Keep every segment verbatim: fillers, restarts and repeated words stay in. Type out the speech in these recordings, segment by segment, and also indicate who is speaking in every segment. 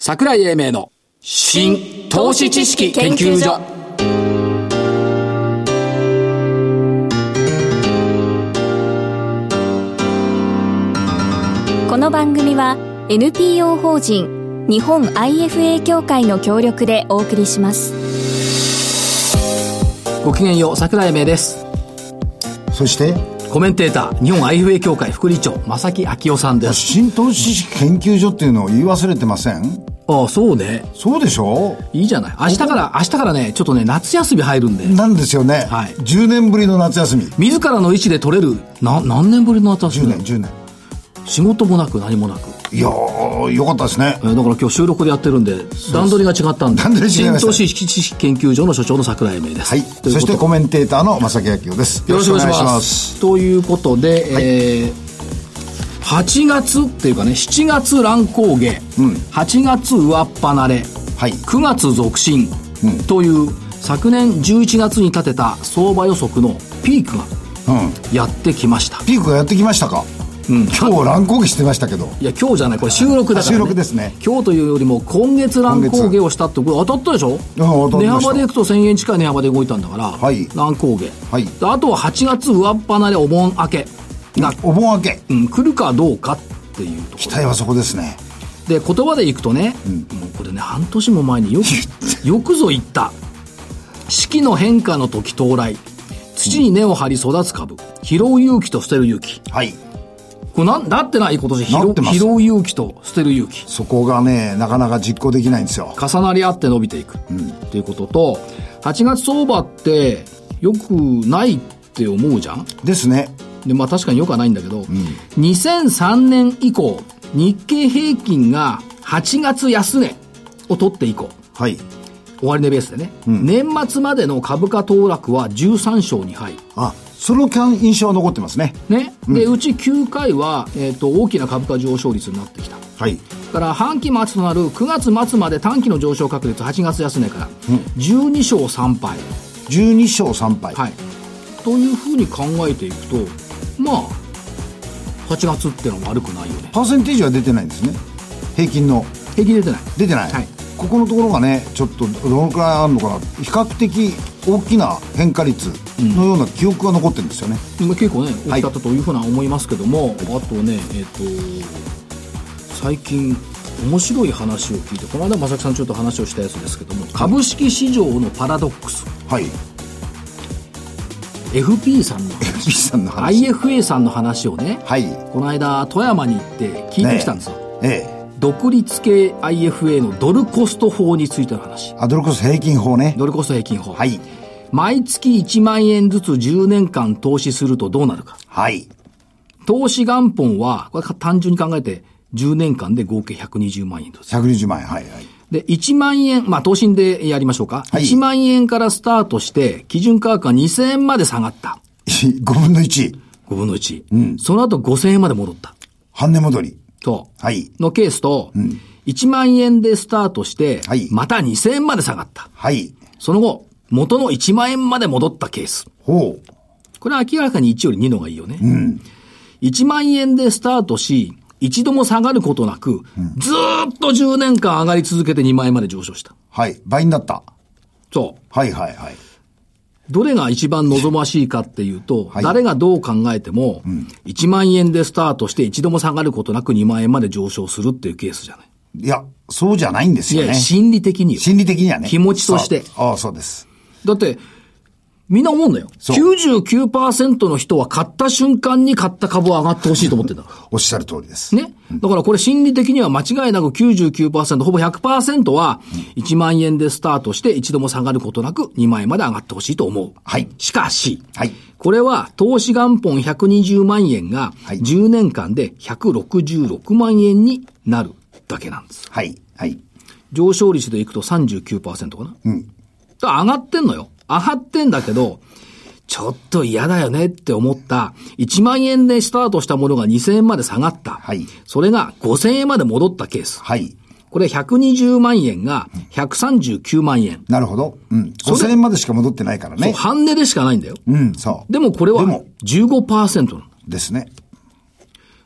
Speaker 1: 桜井英明の新投資知識研究所。
Speaker 2: この番組は エヌピーオー 法人日本 アイエフエー 協会の協力でお送りします。
Speaker 1: ごきげんよう、桜井英明です。
Speaker 3: そして
Speaker 1: コメンテーター、日本 アイエフエー 協会副理事長正木昭夫さんです。
Speaker 3: 新投資知識研究所っていうのを言い忘れてません？
Speaker 1: ああ、そうね。
Speaker 3: そうでしょう。
Speaker 1: いいじゃない。明日から明日からね、ちょっとね、夏休み入るんで。
Speaker 3: なんですよね。
Speaker 1: はい。
Speaker 3: じゅうねんぶりの夏休み。
Speaker 1: 自らの意思で取れる、な、何年ぶりの夏休み？
Speaker 3: じゅうねん、じゅうねん。
Speaker 1: 仕事もなく何もなく。
Speaker 3: いやー、よかったですね。
Speaker 1: えー、だから今日収録でやってるんで、段取りが違ったんで。
Speaker 3: 段取り違いました。
Speaker 1: 新投資知識研究所の所長の桜井英明です。
Speaker 3: はい。そしてコメンテーターの正木昭夫です。
Speaker 1: よろしくお願いします。ということで、はい、えー、はちがつっていうかね、しちがつ乱高下、うん、はちがつ上っ離れ、はい、くがつ続伸、うん、という昨年じゅういちがつに立てた相場予測のピークがやってきました。
Speaker 3: うん、ピークがやってきましたか？うん、今日乱高下してましたけど。
Speaker 1: いや、今日じゃない、これ収録だから、ね、
Speaker 3: 収録ですね。
Speaker 1: 今日というよりも今月乱高下をしたってこれ当たったでしょ。当た値幅でいくとせんえん近い値幅で動いたんだから、はい、乱高下、はい、あとははちがつ上っ離れお盆明けが、
Speaker 3: うん、お盆明け、
Speaker 1: うん、来るかどうかっていうところ。
Speaker 3: 期待はそこですね。
Speaker 1: で、言葉でいくとね、うん、もうこれね、半年も前によくよくぞ言った。四季の変化の時到来、土に根を張り育つ株、拾う勇気と捨てる勇気。はい、これな、なってない？今年拾う、拾う勇気と捨てる勇気。
Speaker 3: そこがね、なかなか実行できないんですよ。
Speaker 1: 重なり合って伸びていく。うん。っていうことと、はちがつ相場って良くないって思うじゃん？
Speaker 3: ですね。
Speaker 1: で、まあ確かに良くはないんだけど、うん、にせんさんねん以降、日経平均がはちがつ安値を取って以降。はい。終値ベースでね、うん。年末までの株価騰落はじゅうさんしょうにはい。
Speaker 3: あ、その印象は残ってますね。
Speaker 1: ね。で、うん、うちきゅうかいは、えっと、大きな株価上昇率になってきた。はい。だから半期末となるくがつ末まで短期の上昇確率はちがつ安値から、うん、じゅうにしょうさんぱい。
Speaker 3: じゅうにしょうさんぱい。
Speaker 1: はい。というふうに考えていくと、まあ、はちがつってのは悪くないよね。
Speaker 3: パーセンテージは出てないんですね。平均の。
Speaker 1: 平均出てない。
Speaker 3: 出てない。はい。ここのところがね、ちょっとどのくらいあるのかな。比較的大きな変化率のような記憶が残ってるんですよね。
Speaker 1: うん、結構ね、大きかったというふうな思いますけども、はい、あとね、えっと、最近、面白い話を聞いて、この間正木さんちょっと話をしたやつですけども、はい、株式市場のパラドックス。はい。エフピー さんの話。エフピー さんの話。アイエフエー さんの話をね、はい。この間、富山に行って聞いてきたんですよ。ね、ええ。独立系 アイエフエー のドルコスト法についての話。
Speaker 3: あ、ドルコスト平均法ね。
Speaker 1: ドルコスト平均法。はい。毎月いちまんえんずつじゅうねんかん投資するとどうなるか。はい。投資元本は、これ単純に考えて、じゅうねんかんで合計ひゃくにじゅうまんえんです。
Speaker 3: ひゃくにじゅうまんえん、はいはい。
Speaker 1: で、いちまんえん、まあ、投資でやりましょうか。はい。いちまんえんからスタートして、基準価格がにせんえんまで下がった。
Speaker 3: ごぶんのいち。
Speaker 1: ごぶんのいち。うん。その後ごせんえんまで戻った。
Speaker 3: 半値戻り。
Speaker 1: そう。はい。のケースと、うん、いちまんえんでスタートして、はい。またにせんえんまで下がった。はい。その後、元のいちまんえんまで戻ったケース。ほう。これは明らかにいちよりにのがいいよね。うん。いちまんえんでスタートし、一度も下がることなく、うん、ずーっとじゅうねんかん上がり続けてにまんえんまで上昇した。
Speaker 3: はい。倍になった。
Speaker 1: そう。
Speaker 3: はいはいはい。
Speaker 1: どれが一番望ましいかっていうと、はい、誰がどう考えても、うん、いちまんえんでスタートして一度も下がることなくにまんえんまで上昇するっていうケースじゃない。
Speaker 3: いや、そうじゃないんですよね。いや、
Speaker 1: 心理的によ。
Speaker 3: 心理的にはね。
Speaker 1: 気持ちとして。
Speaker 3: ああ、そうです。
Speaker 1: だって、みんな思うんだよ。きゅうじゅうきゅうパーセント の人は買った瞬間に買った株は上がってほしいと思ってんだ。
Speaker 3: おっしゃる通りです。
Speaker 1: ね。だからこれ心理的には間違いなく きゅうじゅうきゅうパーセント、ほぼ ひゃくパーセント はいちまんえんでスタートして一度も下がることなくにまんえんまで上がってほしいと思う。はい。しかし、はい。これは投資元本ひゃくにじゅうまんえんがじゅうねんかんでひゃくろくじゅうろくまんえんになるだけなんです。
Speaker 3: はい。はい。
Speaker 1: 上昇率でいくと さんじゅうきゅうパーセント かな。うん。だから上がってんのよ。上がってんだけど、ちょっと嫌だよねって思ったいちまんえんでスタートしたものがにせんえんまで下がった。はい。それがごせんえんまで戻ったケース。はい。これひゃくにじゅうまんえんがひゃくさんじゅうきゅうまんえん。
Speaker 3: なるほど。うん。ごせんえんまでしか戻ってないからね。
Speaker 1: そう、半値でしかないんだよ。
Speaker 3: うん、そう。
Speaker 1: でもこれは じゅうごパーセント なの。
Speaker 3: ですね。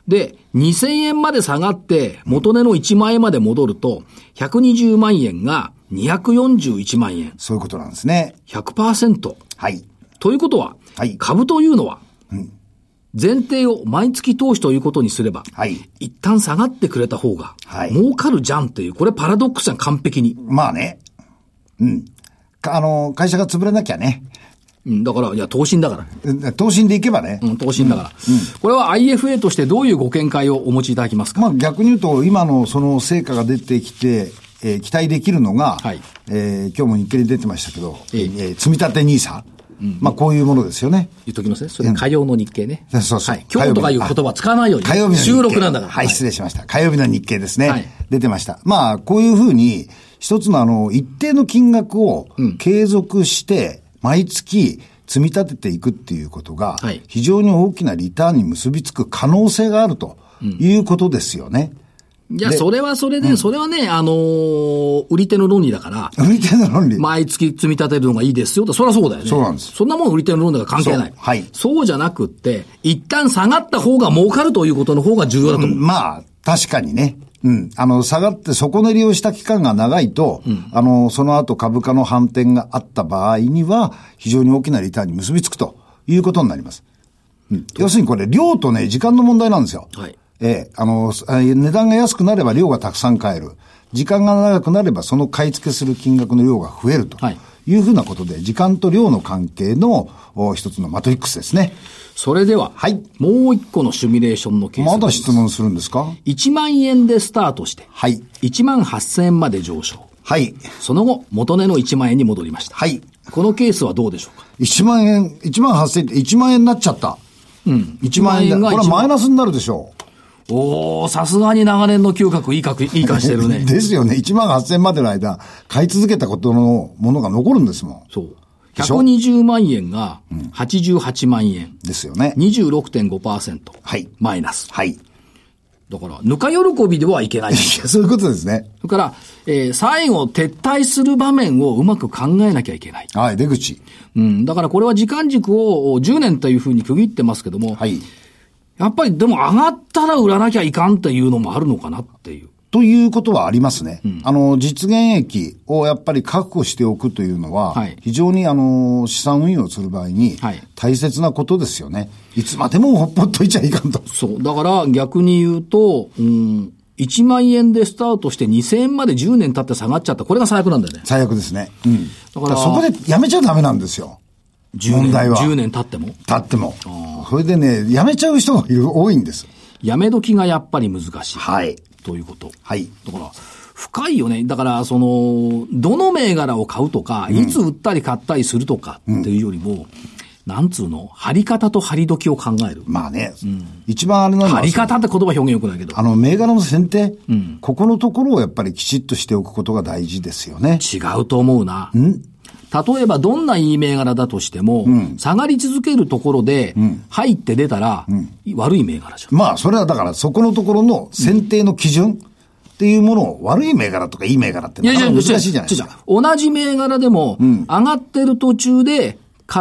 Speaker 1: で、にせんえんまで下がって、元値のいちまん円まで戻ると、ひゃくにじゅうまんえんがにひゃくよんじゅういちまんえん。
Speaker 3: そういうことなんですね。
Speaker 1: ひゃくパーセント。
Speaker 3: はい。
Speaker 1: ということは、はい、株というのは、うん、前提を毎月投資ということにすれば、はい、一旦下がってくれた方が、はい、儲かるじゃんっていう、これパラドックスじゃん、完璧に。
Speaker 3: まあね。うん。あの、会社が潰れなきゃね。
Speaker 1: うん、だから、いや、投信だから。
Speaker 3: 投信でいけばね。
Speaker 1: うん、投信だから、うんうん。これは アイエフエー としてどういうご見解をお持ちいただきますか？
Speaker 3: まあ逆に言うと、今のその成果が出てきて、えー、期待できるのが、はい、えー、今日も日経に出てましたけど、えー、えー、積立 ニーサ。うん、まあこういうものですよね。
Speaker 1: 言っときますね。それ火曜の日経ね。
Speaker 3: うん、そうそう。
Speaker 1: はい。今日とかいう言葉使わないように。火曜日の日経。収録なんだから。
Speaker 3: はい、失礼しました。火曜日の日経ですね。はい、出てました。まあこういうふうに、一つのあの、一定の金額を継続して、毎月積み立てていくっていうことが、非常に大きなリターンに結びつく可能性があるということですよね。
Speaker 1: うん、いや、それはそれで、うん、それはね、あのー、売り手の論理だから。
Speaker 3: 売り手の論理。
Speaker 1: 毎月積み立てるのがいいですよと。そりゃそうだよね。
Speaker 3: そうなんです。
Speaker 1: そんなもん売り手の論理が関係ない。
Speaker 3: そう、はい。
Speaker 1: そうじゃなくって、一旦下がった方が儲かるということの方が重要だと思う。
Speaker 3: うん、まあ、確かにね。うん。あの、下がって底練りをした期間が長いと、うん、あの、その後株価の反転があった場合には、非常に大きなリターンに結びつくということになります。うん。要するにこれ、量とね、時間の問題なんですよ。はい。ええ、あの、値段が安くなれば量がたくさん買える。時間が長くなればその買い付けする金額の量が増えるというふうなことで、時間と量の関係の一つのマトリックスですね。
Speaker 1: それでは、はい。もう一個のシミュレーションのケース。
Speaker 3: まだ質問するんですか？
Speaker 1: いちまん円でスタートして、
Speaker 3: はい。
Speaker 1: いちまんはっせんえんまで上昇。
Speaker 3: はい。
Speaker 1: その後、元値のいちまん円に戻りました。
Speaker 3: はい。
Speaker 1: このケースはどうでしょうか？
Speaker 3: いちまん円、いちまんはっせんえんっていちまん円になっちゃった。うん。いちまん円が。これはマイナスになるでしょう。
Speaker 1: おー、さすがに長年の嗅覚いいか、いいかしてるね。
Speaker 3: ですよね。いちまんはっせんえんまでの間、買い続けたことのものが残るんですもん。
Speaker 1: そう。ひゃくにじゅうまん円がはちじゅうはちまん円。うん、
Speaker 3: ですよね。
Speaker 1: にじゅうろくてんごパーセント。
Speaker 3: はい。
Speaker 1: マイナス。
Speaker 3: はい。
Speaker 1: だから、ぬか喜びではいけない。
Speaker 3: そういうことですね。
Speaker 1: それから、えー、最後、撤退する場面をうまく考えなきゃいけない。
Speaker 3: はい、出口。
Speaker 1: うん。だからこれは時間軸をじゅうねんというふうに区切ってますけども。はい。やっぱりでも上がったら売らなきゃいかんっていうのもあるのかなっていう。
Speaker 3: ということはありますね。うん、あの、実現益をやっぱり確保しておくというのは、はい、非常にあの、資産運用する場合に大切なことですよね。いつまでもほっぽっといちゃいかんと。
Speaker 1: そう。だから逆に言うと、うん、いちまん円でスタートしてにせんえんまでじゅうねん経って下がっちゃった。これが最悪なんだよね。
Speaker 3: 最悪ですね。うん。だからそこでやめちゃダメなんですよ。問題は。
Speaker 1: じゅうねん経っても
Speaker 3: 経っても。それでね、やめちゃう人がいる多いんです。
Speaker 1: やめ時がやっぱり難しい。
Speaker 3: はい。
Speaker 1: ということ。
Speaker 3: はい。
Speaker 1: だから、深いよね。だから、その、どの銘柄を買うとか、うん、いつ売ったり買ったりするとかっていうよりも、うん、なんつうの、張り方と張り時を考える。
Speaker 3: まあね。うん、一番あれなのは。
Speaker 1: 張り方って言葉表現よくないけど。
Speaker 3: あの、銘柄の選定、うん、ここのところをやっぱりきちっとしておくことが大事ですよね。
Speaker 1: 違うと思うな。ん例えばどんないい銘柄だとしても、うん、下がり続けるところで、入って出たら、うん、悪い銘柄じゃん。
Speaker 3: まあ、それはだからそこのところの選定の基準っていうものを、悪い銘柄とかいい銘柄ってなかなか難しいじゃないですか。
Speaker 1: 同じ銘柄でも、うん、上がってる途中で買って、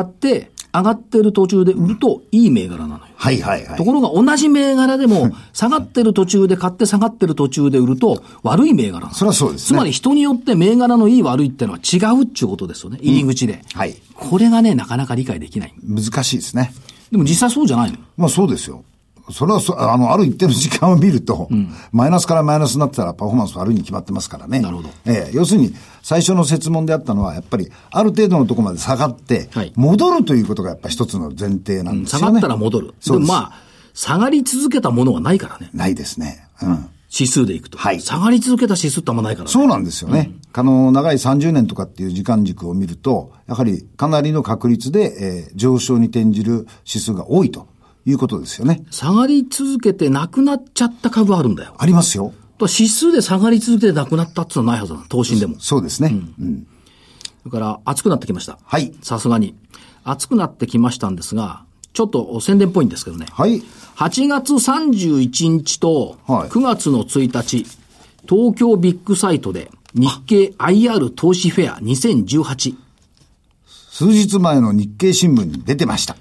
Speaker 1: 上がってる途中で売るといい銘柄なのよ。
Speaker 3: はいはいはい。
Speaker 1: ところが同じ銘柄でも、下がってる途中で買って下がってる途中で売ると悪い銘柄なの。
Speaker 3: それはそうですね。
Speaker 1: つまり人によって銘柄のいい悪いってのは違うっていうことですよね。入り口で。うん、はい。これがね、なかなか理解できない。
Speaker 3: 難しいですね。
Speaker 1: でも実際そうじゃないの？
Speaker 3: まあそうですよ。それはそ、あの、ある一定の時間を見ると、うん、マイナスからマイナスになってたらパフォーマンス悪いに決まってますからね。
Speaker 1: なるほど。
Speaker 3: ええ、要するに、最初の設問であったのは、やっぱり、ある程度のところまで下がって、はい、戻るということがやっぱり一つの前提なんですよね。
Speaker 1: 下がったら戻る。
Speaker 3: そうです。
Speaker 1: でもまあ、下がり続けたものはないからね。
Speaker 3: ないですね。うん。
Speaker 1: 指数でいくと。はい。下がり続けた指数ってあんまないからね。
Speaker 3: そうなんですよね。うん、あの、長いさんじゅうねんとかっていう時間軸を見ると、やはりかなりの確率で、えー、上昇に転じる指数が多いと。いうことですよね。
Speaker 1: 下がり続けてなくなっちゃった株あるんだよ。
Speaker 3: ありますよ。
Speaker 1: 指数で下がり続けてなくなったってのはないはずだ。投信でも。
Speaker 3: そ, そうですね。うん。うん、
Speaker 1: だから暑くなってきました。
Speaker 3: はい。
Speaker 1: さすがに暑くなってきましたんですが、ちょっと宣伝っぽいんですけどね。
Speaker 3: はい。
Speaker 1: はちがつさんじゅういちにちとくがつのついたち、東京ビッグサイトで日経 アイアール 投資フェアにせんじゅうはち。
Speaker 3: 数日前の日経新聞に出てました。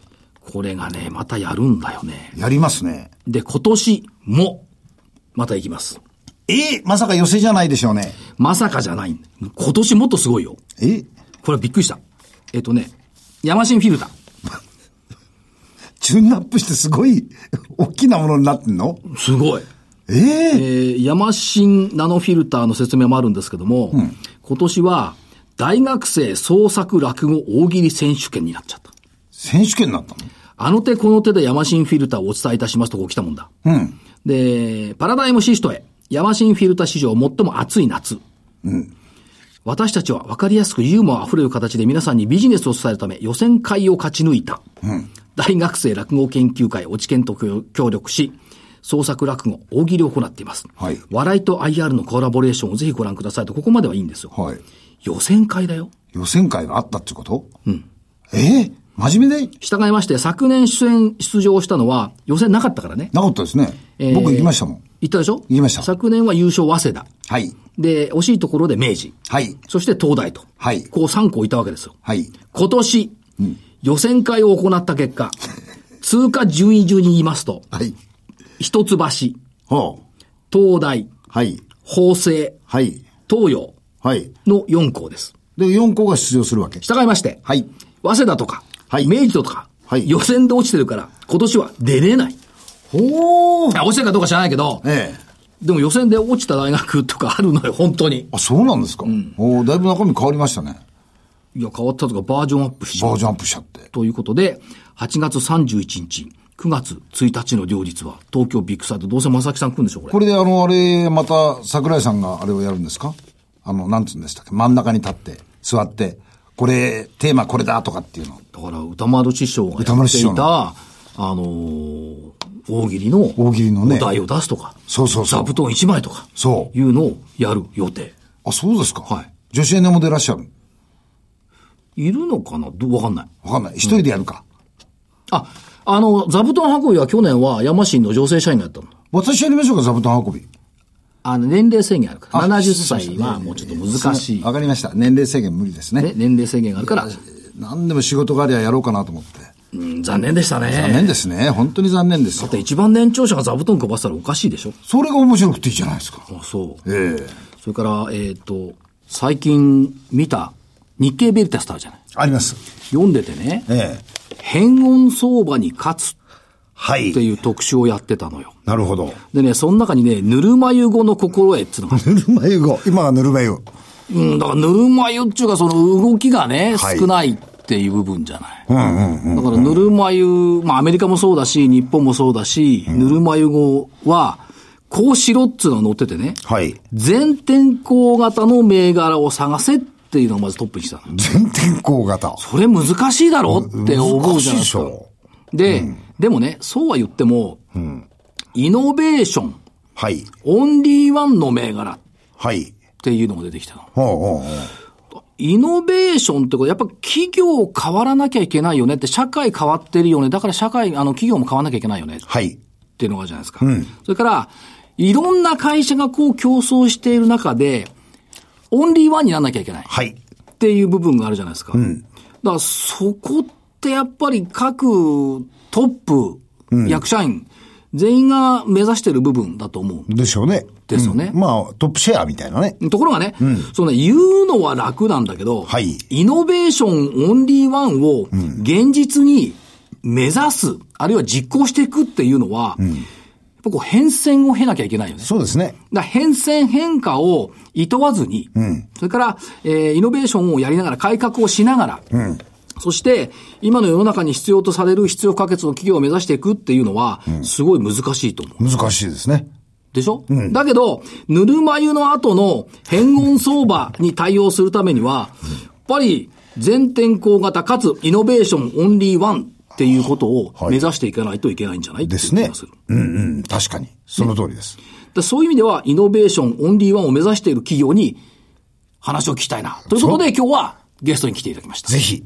Speaker 1: これがね、またやるんだよね。
Speaker 3: やりますね。
Speaker 1: で、今年も、また行きます。
Speaker 3: えまさか寄せじゃないでしょうね。
Speaker 1: まさかじゃない。今年もっとすごいよ。
Speaker 3: え
Speaker 1: これびっくりした。えっとね、ヤマシンフィルター。
Speaker 3: チューンアップしてすごい大きなものになってんの？
Speaker 1: すごい。
Speaker 3: えー、え
Speaker 1: ー、ヤマシンナノフィルターの説明もあるんですけども、うん、今年は大学生創作落語大喜利選手権になっちゃった。
Speaker 3: 選手権になったの？
Speaker 1: あの手この手でヤマシンフィルターをお伝えいたしますとこう来たもんだ。
Speaker 3: うん。
Speaker 1: で、パラダイムシフトへ、ヤマシンフィルター史上最も暑い夏。
Speaker 3: うん。
Speaker 1: 私たちは分かりやすくユーモア溢れる形で皆さんにビジネスを伝えるため予選会を勝ち抜いた。
Speaker 3: うん。
Speaker 1: 大学生落語研究会、落ち研と協力し、創作落語、大喜利を行っています。
Speaker 3: はい。
Speaker 1: 笑いと アイアール のコラボレーションをぜひご覧くださいと、ここまではいいんですよ。
Speaker 3: はい。
Speaker 1: 予選会だよ。
Speaker 3: 予選会があったってこと？
Speaker 1: うん。
Speaker 3: えー、真面目で？
Speaker 1: 従いまして、昨年出演、出場したのは予選なかったからね。
Speaker 3: なかったですね。えー、僕行きましたもん。
Speaker 1: 行ったでしょ？
Speaker 3: 行きました。
Speaker 1: 昨年は優勝早稲田。
Speaker 3: はい。
Speaker 1: で、惜しいところで明治。
Speaker 3: はい。
Speaker 1: そして東大と。
Speaker 3: はい。
Speaker 1: こうさん校いたわけですよ。
Speaker 3: はい。
Speaker 1: 今年、うん、予選会を行った結果、通過順位順に言いますと、
Speaker 3: はい。
Speaker 1: 一橋、
Speaker 3: ほう。
Speaker 1: 東大、
Speaker 3: はい。
Speaker 1: 法政、
Speaker 3: はい。
Speaker 1: 東洋、
Speaker 3: はい。
Speaker 1: のよん校です。
Speaker 3: で、よん校が出場するわけ。
Speaker 1: 従いまして、
Speaker 3: はい。
Speaker 1: 早稲田とか、はい。明治とか、はい。予選で落ちてるから、今年は出れない。
Speaker 3: ほー。
Speaker 1: 落ちてるかどうか知らないけど、
Speaker 3: ええ。
Speaker 1: でも予選で落ちた大学とかあるのよ、本当に。
Speaker 3: あ、そうなんですか。うん。おだいぶ中身変わりましたね。
Speaker 1: いや、変わったとかバージョンアップしちゃ
Speaker 3: バージョンアップしちゃって。
Speaker 1: ということで、はちがつさんじゅういちにち、くがつついたちの両日は、東京ビッグサイト、どうせ正木さん来るんでしょ、これ。
Speaker 3: これであの、あれ、また、桜井さんがあれをやるんですか？あの、なんつうんでしたっけ？真ん中に立って、座って、これ、テーマこれだとかっていうの。
Speaker 1: だから、歌丸師匠がやっていた、あのー、大喜利の、
Speaker 3: 大喜利のね、
Speaker 1: お題を出すとか、
Speaker 3: そうそうそう。
Speaker 1: 座布団いちまいとか、
Speaker 3: そう。
Speaker 1: いうのをやる予定。
Speaker 3: あ、そうですか。
Speaker 1: はい。
Speaker 3: 女子エネも出らっしゃる。
Speaker 1: いるのかなどわかんない。
Speaker 3: わかんない。一人でやるか。
Speaker 1: うん、あ、あの、座布団運びは去年はヤマシンの女性社員がやったの。
Speaker 3: 私やりましょうか、座布団運び。
Speaker 1: あの、年齢制限あるから。ななじゅっさいはもうちょっと難しい。
Speaker 3: わかりました。年齢制限無理ですね。ね、
Speaker 1: 年齢制限があるから。
Speaker 3: 何でも仕事がありゃやろうかなと思って。
Speaker 1: うん、残念でしたね。
Speaker 3: 残念ですね。本当に残念ですよ。
Speaker 1: だって一番年長者が座布団配ったらおかしいでしょ。
Speaker 3: それが面白くていいじゃないですか。
Speaker 1: あ、そう。
Speaker 3: ええ。
Speaker 1: それから、えっと、最近見た日経ベリタスターじゃない。
Speaker 3: あります。
Speaker 1: 読んでてね。
Speaker 3: ええ。
Speaker 1: 変温相場に勝つ。
Speaker 3: はい。
Speaker 1: っていう特集をやってたのよ。
Speaker 3: なるほど。
Speaker 1: でね、その中にね、ぬるま湯語の心得っていうのが。
Speaker 3: ぬるま湯語。今はぬるま湯。
Speaker 1: うん、だからぬるま湯っていうかその動きがね、はい、少ないっていう部分じゃない。
Speaker 3: うんうんうんうん、
Speaker 1: だからぬるま湯、まあアメリカもそうだし、日本もそうだし、うん、ぬるま湯語は、こうしろっつうのが載っててね。
Speaker 3: はい。
Speaker 1: 全天候型の銘柄を探せっていうのがまずトップにしたの。
Speaker 3: 全天候型。
Speaker 1: それ難しいだろって思うじゃないですか。
Speaker 3: 難しいでしょ。
Speaker 1: で、
Speaker 3: うん
Speaker 1: でもね、そうは言っても、うん、イノベーション、
Speaker 3: はい、
Speaker 1: オンリーワンの銘柄、
Speaker 3: はい、
Speaker 1: っていうのが出てきたの。
Speaker 3: ほうほうほ
Speaker 1: うイノベーションってことは、やっぱ企業変わらなきゃいけないよねって、社会変わってるよね。だから社会、あの企業も変わらなきゃいけないよね。
Speaker 3: はい。
Speaker 1: っていうのがあるじゃないですか。
Speaker 3: うん、
Speaker 1: それから、いろんな会社がこう競争している中で、オンリーワンにならなきゃいけない。
Speaker 3: はい。
Speaker 1: っていう部分があるじゃないですか。
Speaker 3: うん、
Speaker 1: だからそこってやっぱり各トップ、うん、役社員、全員が目指している部分だと思う。
Speaker 3: でしょうね。
Speaker 1: ですよね。
Speaker 3: うん、まあ、トップシェアみたいなね。
Speaker 1: ところがね、うん、その言うのは楽なんだけど、
Speaker 3: はい、
Speaker 1: イノベーションオンリーワンを現実に目指す、うん、あるいは実行していくっていうのは、うん、やっぱこう変遷を経なきゃいけないよね。
Speaker 3: そうですね。
Speaker 1: だ変遷変化を厭わずに、
Speaker 3: うん、
Speaker 1: それから、えー、イノベーションをやりながら改革をしながら、
Speaker 3: うん
Speaker 1: そして、今の世の中に必要とされる必要不可欠の企業を目指していくっていうのは、すごい難しいと思う。
Speaker 3: 難しいですね。
Speaker 1: でしょ、
Speaker 3: うん、
Speaker 1: だけど、ぬるま湯の後の変温相場に対応するためには、やっぱり全天候型かつイノベーションオンリーワンっていうことを目指していかないといけないんじゃない、はい、
Speaker 3: ですね。うんうん、確かに。その通りです。
Speaker 1: ね、だそういう意味では、イノベーションオンリーワンを目指している企業に話を聞きたいな。ということで今日はゲストに来ていただきました。
Speaker 3: ぜひ。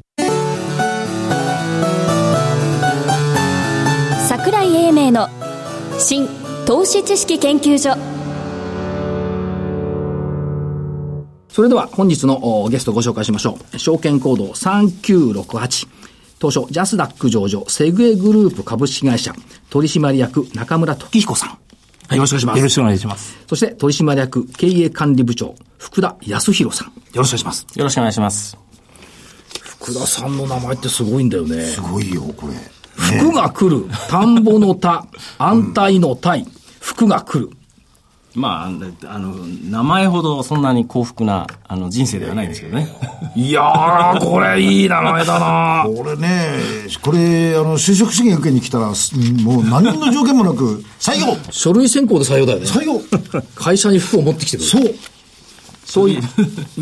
Speaker 2: 櫻井英明の新投資知識研究所。
Speaker 1: それでは本日のゲストをご紹介しましょう。証券コードさんきゅうろくはち東証ジャスダック上場セグエグループ株式会社取締役中村時彦さん、はい、よろしくお願いします。
Speaker 4: よろしくお願いします。
Speaker 1: そして取締役経営管理部長福田康弘さん、よろしくお願いします。
Speaker 4: よろしくお願いします。
Speaker 1: 福田さんの名前ってすごいんだよね。
Speaker 3: すごいよこれ、ね、
Speaker 1: 福が来る、田んぼの田、安泰の泰、福が来る。
Speaker 4: まあ、あの、名前ほどそんなに幸福な、あの、人生ではないんですけどね。
Speaker 1: いやー、これいい名前だな
Speaker 3: これね、これ、あの、就職試験受けに来たら、もう何の条件もなく、採用
Speaker 1: 書類選考で採用だよね。
Speaker 3: 採用
Speaker 1: 会社に服を持ってきてくる。
Speaker 3: そう。
Speaker 1: そういう、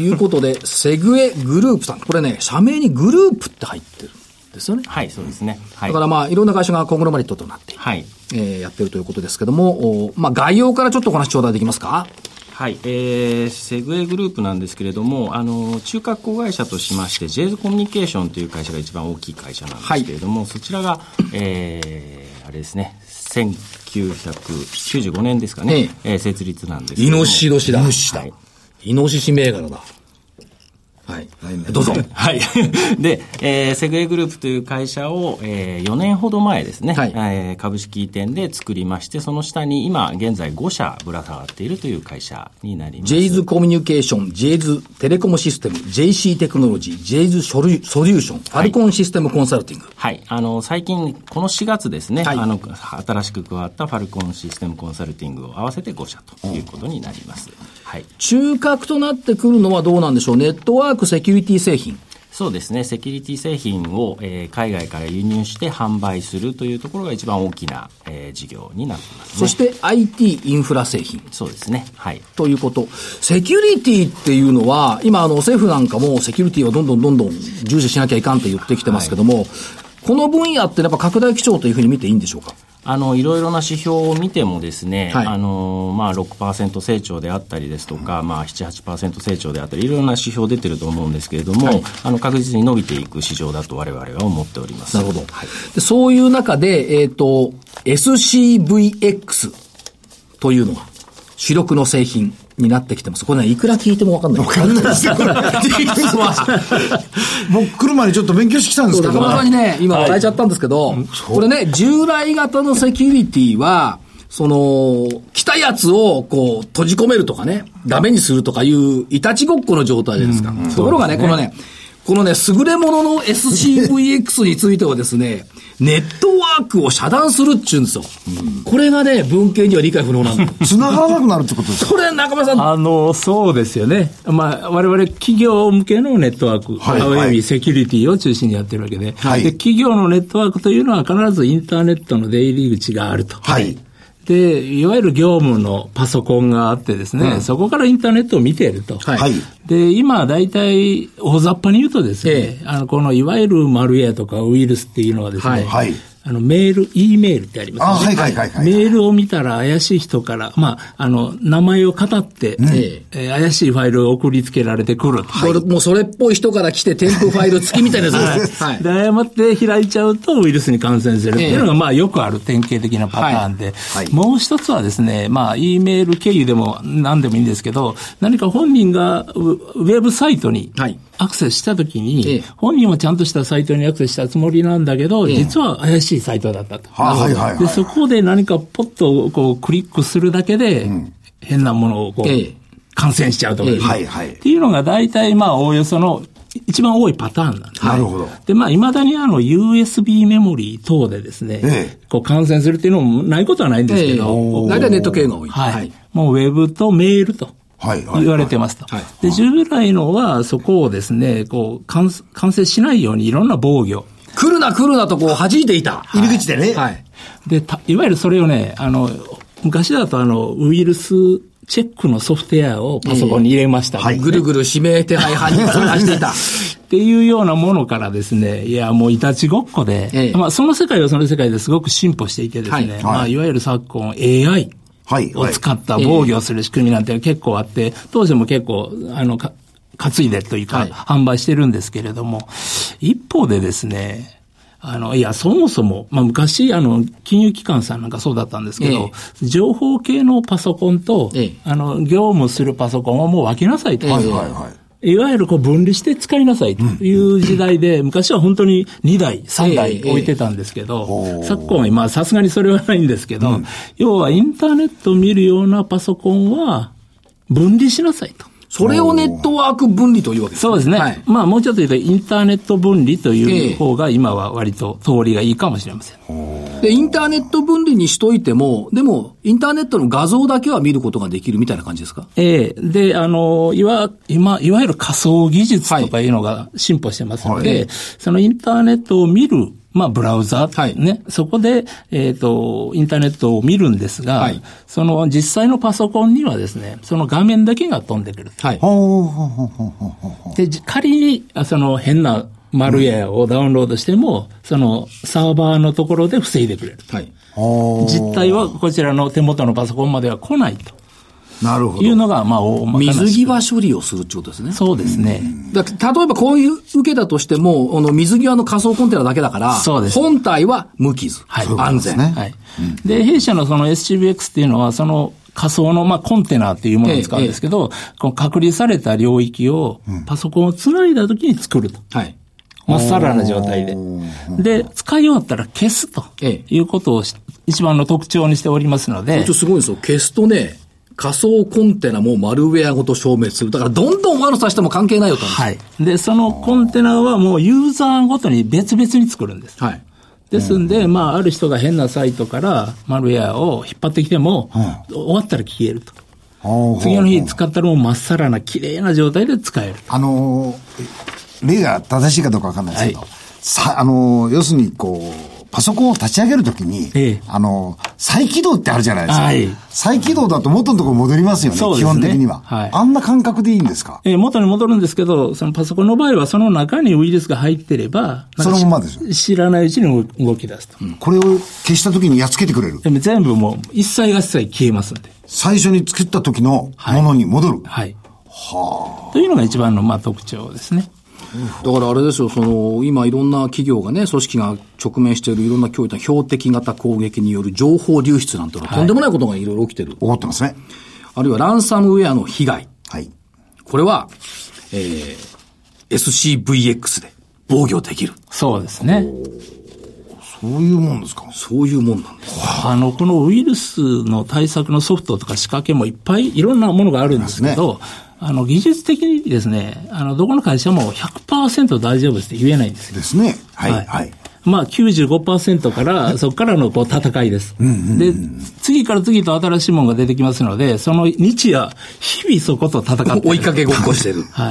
Speaker 1: いうことで、セグエグループさん。これね、社名にグループって入ってるんですよね。
Speaker 4: はい、そうですね。はい。
Speaker 1: だからまあ、いろんな会社がコングロマリットとなって、
Speaker 4: はい。
Speaker 1: えー、やってるということですけども、まあ、概要からちょっとお話頂戴できますか？
Speaker 4: はい、えー、セグエグループなんですけれども、あの、中核子会社としまして、ジェイズ コミュニケーションという会社が一番大きい会社なんですけれども、はい、そちらが、えー、あれですね、せんきゅうひゃくきゅうじゅうごねんですかね、えええー、設立なんですけれども。
Speaker 1: イノシシ年だ。
Speaker 3: イノシシだ。
Speaker 1: はい、イノシシ銘柄だ。はい。どうぞ。
Speaker 4: はい。で、えー、セグエグループという会社を、えー、よねんほど前ですね、はい、えー、株式移転で作りまして、その下に今現在ごしゃぶら下がっているという会社になります。
Speaker 1: ジェイズ コミュニケーション、ジェイズ テレコムシステム、ジェイシー テクノロジー、ジェイズ ソリューション、ファルコンシステムコンサルティング。
Speaker 4: はい。はい、あの、最近、このしがつですね、
Speaker 1: はい、
Speaker 4: あの、新しく加わったファルコンシステムコンサルティングを合わせてごしゃということになります。はい。
Speaker 1: 中核となってくるのはどうなんでしょう。ネットワークセキュリティ製品。
Speaker 4: そうですね。セキュリティ製品を、えー、海外から輸入して販売するというところが一番大きな、えー、事業になっていますね。
Speaker 1: そして アイティー インフラ製品。
Speaker 4: そうですね。はい。
Speaker 1: ということ。セキュリティっていうのは、今あの政府なんかもセキュリティをどんどんどんどん重視しなきゃいかんって言ってきてますけども、はい、この分野ってやっぱ拡大基調というふうに見ていいんでしょうか？
Speaker 4: あの、いろいろな指標を見てもですね、
Speaker 1: はい、
Speaker 4: あの、まあ、ろくパーセント 成長であったりですとか、まあ、なな、はちパーセント 成長であったり、いろいろな指標出てると思うんですけれども、はい、あの、確実に伸びていく市場だと我々は思っております。
Speaker 1: なるほど。はい、でそういう中で、えっと、エスシーブイエックス というのが主力の製品になってきてます。これね、いくら聞いても分かんない。
Speaker 3: 分かんないですよ。僕来る前にちょっと勉強してきたんですけど、
Speaker 1: 中村さんにね、今笑えちゃったんですけど、はい、これね、従来型のセキュリティは、その、来たやつをこう閉じ込めるとかね、ダメにするとかいういたちごっこの状態じゃないですか。うん、ところがね、このね、このね、優れものの エスシーブイエックス についてはですね、ネットワークを遮断するっちゅうんですよ。うん、これがね、文献には理解不能なんだ。
Speaker 3: 繋がらなくなるってことですか？
Speaker 1: これ、中村さん。
Speaker 5: あの、そうですよね。まあ、我々企業向けのネットワーク、はい、およびセキュリティを中心にやってるわけで、はい、で、企業のネットワークというのは必ずインターネットの出入り口があると。
Speaker 3: はい。
Speaker 5: で、いわゆる業務のパソコンがあってですね、うん、そこからインターネットを見ていると。
Speaker 3: はい。
Speaker 5: で、今、大体、大雑把に言うとですね、ええ、あの、この、いわゆるマルウェアとかウイルスっていうのはですね、はい。あの、メール、E メールってありますよね。
Speaker 3: あ、はいはいはいはい。
Speaker 5: メールを見たら怪しい人から、まあ、あの、名前を語って、うん、えー、怪しいファイルを送りつけられてくる。
Speaker 1: はい、もうそれっぽい人から来て添付ファイル付きみたいなやつです。
Speaker 5: はい。で、誤って開いちゃうとウイルスに感染するっていうのが、まあ、よくある典型的なパターンで、はいはい、もう一つはですね、まあ、E メール経由でも何でもいいんですけど、何か本人がウェブサイトに、はい、アクセスしたときに、ええ、本人はちゃんとしたサイトにアクセスしたつもりなんだけど、ええ、実は怪しいサイトだったと。
Speaker 3: はいはいはい、
Speaker 5: で、そこで何かポッとこうクリックするだけで、うん、変なものをこう、ええ、感染しちゃうとか、ええ、はいはい。っていうのが大体まあおおよその一番多いパターンなんです。
Speaker 3: なるほど。
Speaker 5: で、まあ、未だにあの ユーエスビー メモリー等でですね、ええ、こう感染するっていうのもないことはないんですけど、
Speaker 1: ええ、大体ネット系が多い。
Speaker 5: はい。はい、もうウェブとメールと。はいはい、言われてますと、はいはい。で、従来のはそこをですね、こう、感染しないようにいろんな防御。
Speaker 1: 来るな来るなとこう弾いていた。
Speaker 3: 入り口でね。
Speaker 5: はい。で、たいわゆるそれをね、あの、昔だとあの、ウイルスチェックのソフトウェアをパソコンに入れました、ね。
Speaker 1: はい。ぐるぐる指名手配犯人探していた。
Speaker 5: っていうようなものからですね、いや、もういたちごっこで、ええ、まあ、その世界はその世界ですごく進歩していてですね、はい、まあ、いわゆる昨今 エーアイ。はいはい、を使った防御をする仕組みなんて結構あって、当時も結構、あの、か、担いでというか、はい、販売してるんですけれども、一方でですね、あの、いや、そもそも、まあ、昔、あの、金融機関さんなんかそうだったんですけど、ええ、情報系のパソコンと、ええ、あの、業務するパソコンはもう分けなさいと。はいはいはい。 いわゆるこう分離して使いなさいという時代で、うん、昔は本当ににだい、さんだい置いてたんですけど、えー、昨今は今さすがにそれはないんですけど、うん、要はインターネットを見るようなパソコンは分離しなさいと。
Speaker 1: それをネットワーク分離というわけですね。
Speaker 5: そうですね。はい、まあもうちょっと言うとインターネット分離という方が今は割と通りがいいかもしれません。
Speaker 1: で、インターネット分離にしといても、でもインターネットの画像だけは見ることができるみたいな感じですか？
Speaker 5: ええー。で、あの、いわ、今、いわゆる仮想技術とかいうのが進歩してますので、はいはい、そのインターネットを見るまあ、ブラウザーね、はい、そこで、えっと、インターネットを見るんですが、はい、その実際のパソコンにはですね、その画面だけが飛んでくる。はい、で、仮に、その変なマルウェアをダウンロードしても、うん、そのサーバーのところで防いでくれる。はい、実態はこちらの手元のパソコンまでは来ないと。
Speaker 3: なるほど。
Speaker 5: いうのが、まあ、大まかな
Speaker 1: 水際処理をするってことですね。
Speaker 5: そうですね。
Speaker 1: だ例えばこういう受けたとしても、あの水際の仮想コンテナだけだから、そうです。本体は無傷。はい。安全。
Speaker 5: はい。で、弊社のその エスシーブイエックス っていうのは、その仮想の、まあ、コンテナっていうものを使うんですけど、ええ、この隔離された領域を、パソコンをつないだときに作ると。はい。まっさらな状態で。で、使い終わったら消すということを一番の特徴にしておりますので。
Speaker 1: これすごいですよ。消すとね、仮想コンテナもマルウェアごと消滅する。だからどんどん悪さしても関係ないよと。
Speaker 5: はい。で、そのコンテナはもうユーザーごとに別々に作るんです。はい。ですんで、まあ、ある人が変なサイトからマルウェアを引っ張ってきても、うん、終わったら消えると。次の日使ったらもうまっさらな綺麗な状態で使える。
Speaker 3: あのー、例が正しいかどうかわかんないですけど、はい、さ、あのー、要するにこう、パソコンを立ち上げるときに、ええ、あの、再起動ってあるじゃないですか。はい、再起動だと元のところ戻りますよね、そうですね、基本的には、はい。あんな感覚でいいんですか？
Speaker 5: えー、元に戻るんですけど、そのパソコンの場合はその中にウイルスが入ってれば、
Speaker 3: そのままですよ。
Speaker 5: 知らないうちに動き出すと。
Speaker 3: うん、これを消したときにやっつけてくれる。
Speaker 5: でも全部もう一切が一切消えますんで。
Speaker 3: 最初に作った時のものに戻る。はい。
Speaker 5: はあ。というのが一番のまあ特徴ですね。
Speaker 1: だからあれですよ、その、今いろんな企業がね、組織が直面しているいろんな脅威と標的型攻撃による情報流出なんてのは、はい、とんでもないことがいろいろ起きてる。
Speaker 3: 起こってますね。
Speaker 1: あるいはランサムウェアの被害。はい。これは、えー、エスシーブイエックス で防御できる。
Speaker 5: そうですね。
Speaker 3: そういうもんですか？
Speaker 1: そういうもんなんです。
Speaker 5: あの、このウイルスの対策のソフトとか仕掛けもいっぱいいろんなものがあるんですけど、あの、技術的にですね、あの、どこの会社も ひゃくパーセント 大丈夫って言えないんですよ。
Speaker 3: ですね。はい、はい。はい、
Speaker 5: まあ、きゅうじゅうごパーセント から、そこからのこう戦いです。うんうんうん、で、次から次と新しいものが出てきますので、その日夜、日々そこと戦ってる。
Speaker 1: 追いかけごっこしてる。
Speaker 5: はい。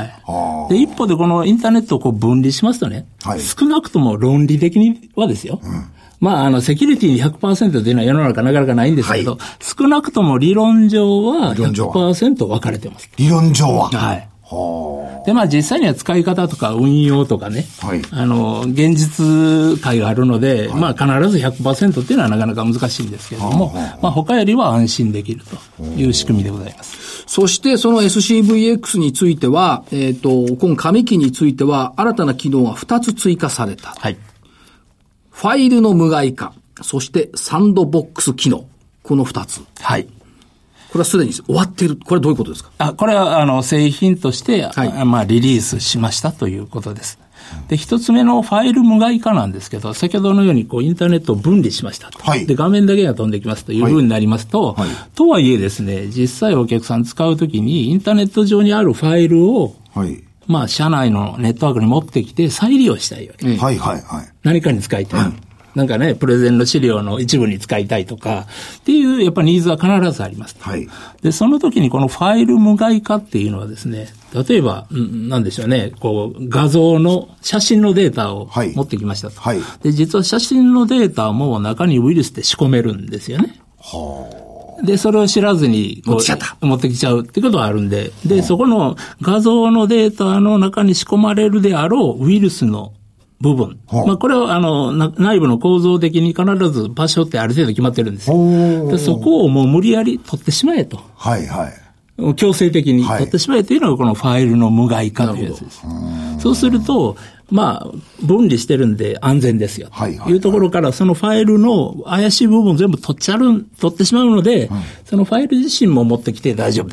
Speaker 5: で、一方でこのインターネットをこう分離しますとね、はい、少なくとも論理的にはですよ。うんまあ、あの、セキュリティに ひゃくパーセント というのは世の中なかなかないんですけど、はい、少なくとも理論上は ひゃくパーセント 分かれてます。
Speaker 3: 理論上は
Speaker 5: はい。はで、まあ実際には使い方とか運用とかね、はい、あの、現実界があるので、はい、まあ必ず ひゃくパーセント っていうのはなかなか難しいんですけれども、まあ他よりは安心できるという仕組みでございます。
Speaker 1: そしてその エスシーブイエックス については、えっと、今上期については新たな機能がふたつ追加された。はい。ファイルの無害化、そしてサンドボックス機能。この二つ。はい。これはすでに終わっている。これはどういうことですか？
Speaker 5: あ、これは、あの、製品として、はい、まあ、リリースしましたということです。で、一つ目のファイル無害化なんですけど、先ほどのように、こう、インターネットを分離しましたと。はい。で、画面だけが飛んできますというふうになりますと、はいはい、とはいえですね、実際お客さん使うときに、インターネット上にあるファイルを、はい。まあ、社内のネットワークに持ってきて再利用したいわけです。はいはいはい。何かに使いたい。はい、なんかね、プレゼンの資料の一部に使いたいとか、っていう、やっぱりニーズは必ずあります。はい。で、その時にこのファイル無害化っていうのはですね、例えば、んなんでしょうね、こう、画像の、写真のデータを持ってきましたと。はい。で、実は写真のデータも中にウイルスって仕込めるんですよね。はあ。で、それを知らずにこう、持ってきちゃった。持ってきちゃうってことがあるんで、で、そこの画像のデータの中に仕込まれるであろうウイルスの部分。はあ、まあ、これは、あの、内部の構造的に必ず場所ってある程度決まってるんですよ。で、そこをもう無理やり取ってしまえと。はいはい。強制的に取ってしまえというのがこのファイルの無害化というやつです。そうすると、まあ、分離してるんで安全ですよ。というところから、そのファイルの怪しい部分を全部取っちゃう、取ってしまうので、うん、そのファイル自身も持ってきて大丈夫ですよ。と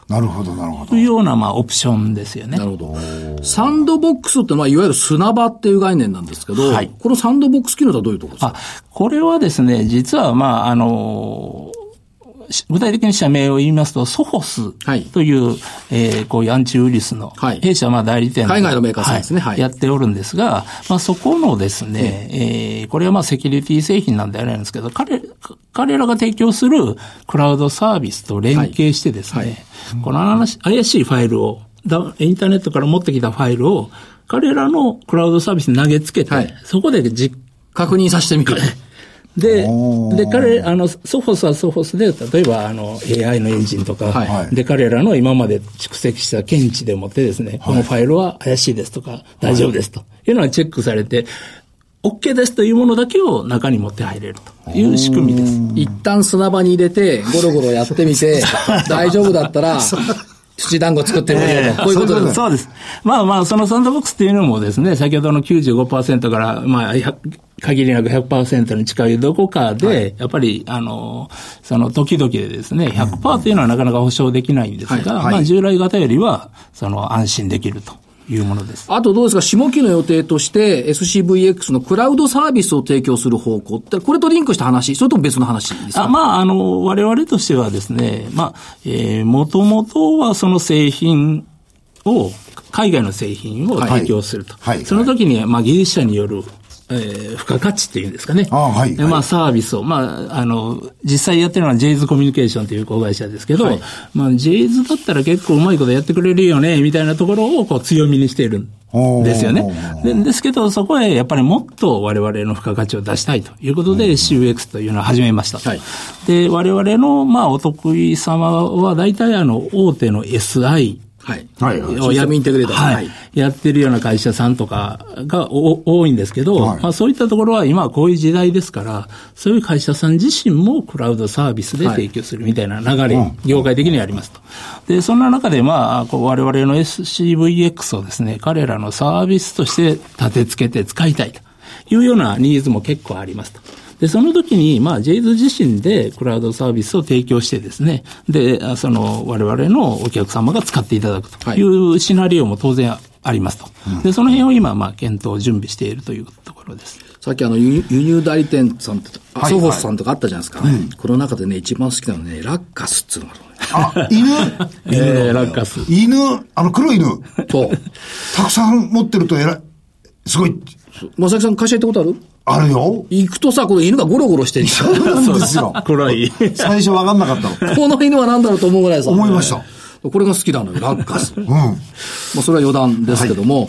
Speaker 3: なるほど、なるほど。
Speaker 5: というような、まあ、オプションですよね。
Speaker 1: なるほど。サンドボックスって、まあ、いわゆる砂場っていう概念なんですけど、はい、このサンドボックス機能とはどういうところですか？
Speaker 5: あ、これはですね、実は、まあ、あの、具体的に社名を言いますと、ソフォスという、はい、えー、こういうアンチウイルスの、はい、弊社はまあ代理店
Speaker 1: 海外のメーカーさんですね、
Speaker 5: はい、やっておるんですが、まあそこのですね、えー、これはまあセキュリティ製品なんであれなんですけど、彼、彼らが提供するクラウドサービスと連携してですね、はいはい、この怪しいファイルを、インターネットから持ってきたファイルを、彼らのクラウドサービスに投げつけて、はい、そこで実
Speaker 1: 確認させてみる。
Speaker 5: で、で、彼、あの、ソフォスはソフォスで、例えば、あの、エーアイ のエンジンとか、はい、で、彼らの今まで蓄積した検知でもってですね、はい、このファイルは怪しいですとか、大丈夫ですというのがチェックされて、OK ですというものだけを中に持って入れるという仕組みです。
Speaker 1: 一旦砂場に入れて、ゴロゴロやってみて、大丈夫だったら、土団子作ってみるよと、こういうことです。
Speaker 5: そうです。まあまあ、そのサンドボックスっていうのもですね、先ほどの きゅうじゅうごパーセント から、まあ、限りなく ひゃくパーセント に近いどこかで、はい、やっぱり、あの、その時々でですね、ひゃくパーセント というのはなかなか保証できないんですが、はいはい、まあ、従来型よりは、その、安心できるというものです。
Speaker 1: あとどうですか、下期の予定として エスシーブイエックス のクラウドサービスを提供する方向って、これとリンクした話、それとも別の話ですか？
Speaker 5: あ、まあ、あの、我々としてはですね、まあ、えー、もともとはその製品を、海外の製品を提供すると。はいはい、その時に、まあ、技術者による、えー、付加価値っていうんですかね。あ、はいはい、まあ、サービスを、まあ、あの、実際やってるのは ジェイズ コミュニケーションという子会社ですけど、はい、まあ、ジェイズ だったら結構うまいことやってくれるよね、みたいなところをこう強みにしているんですよね。で、ですけど、そこへやっぱりもっと我々の付加価値を出したいということで シーユーエックス というのを始めましたと。はい、で、我々の、まあ、お得意様は大体あの、大手の エスアイ、
Speaker 1: はい。はい。システムインテグレーター。
Speaker 5: はい。やってるような会社さんとかが多いんですけど、はい、まあそういったところは今こういう時代ですから、そういう会社さん自身もクラウドサービスで提供するみたいな流れ、はい、業界的にはありますと。で、そんな中でまあ、こう我々の エスシーブイエックス をですね、彼らのサービスとして立て付けて使いたいというようなニーズも結構ありますと。で、その時に、まあ、ジェイズ 自身でクラウドサービスを提供してですね、で、その、我々のお客様が使っていただくというシナリオも当然ありますと。はい、で、その辺を今、まあ、検討、準備しているというところです。
Speaker 1: さっきあの、輸入代理店さんと、はい、ソフォスさんとかあったじゃないですか。はい、この中でね、一番好きなのはね、ラッカスっていうのが
Speaker 3: あるのね。あ、犬
Speaker 5: えー、ラッカス。
Speaker 3: 犬、あの、黒い犬。
Speaker 1: そう。
Speaker 3: たくさん持ってると偉い。すごい。
Speaker 1: まさきさん会社行ったことある？
Speaker 3: あるよ。
Speaker 1: 行くとさ、この犬がゴロゴロしてる。
Speaker 3: そうなんですよ。
Speaker 5: 黒い。
Speaker 3: 最初わかんなかったの。
Speaker 1: この犬は何だろうと思うぐらいさ。
Speaker 3: 思いました。
Speaker 1: これが好きなのよ、ラッカス。うん。まあ、それは余談ですけども。はい、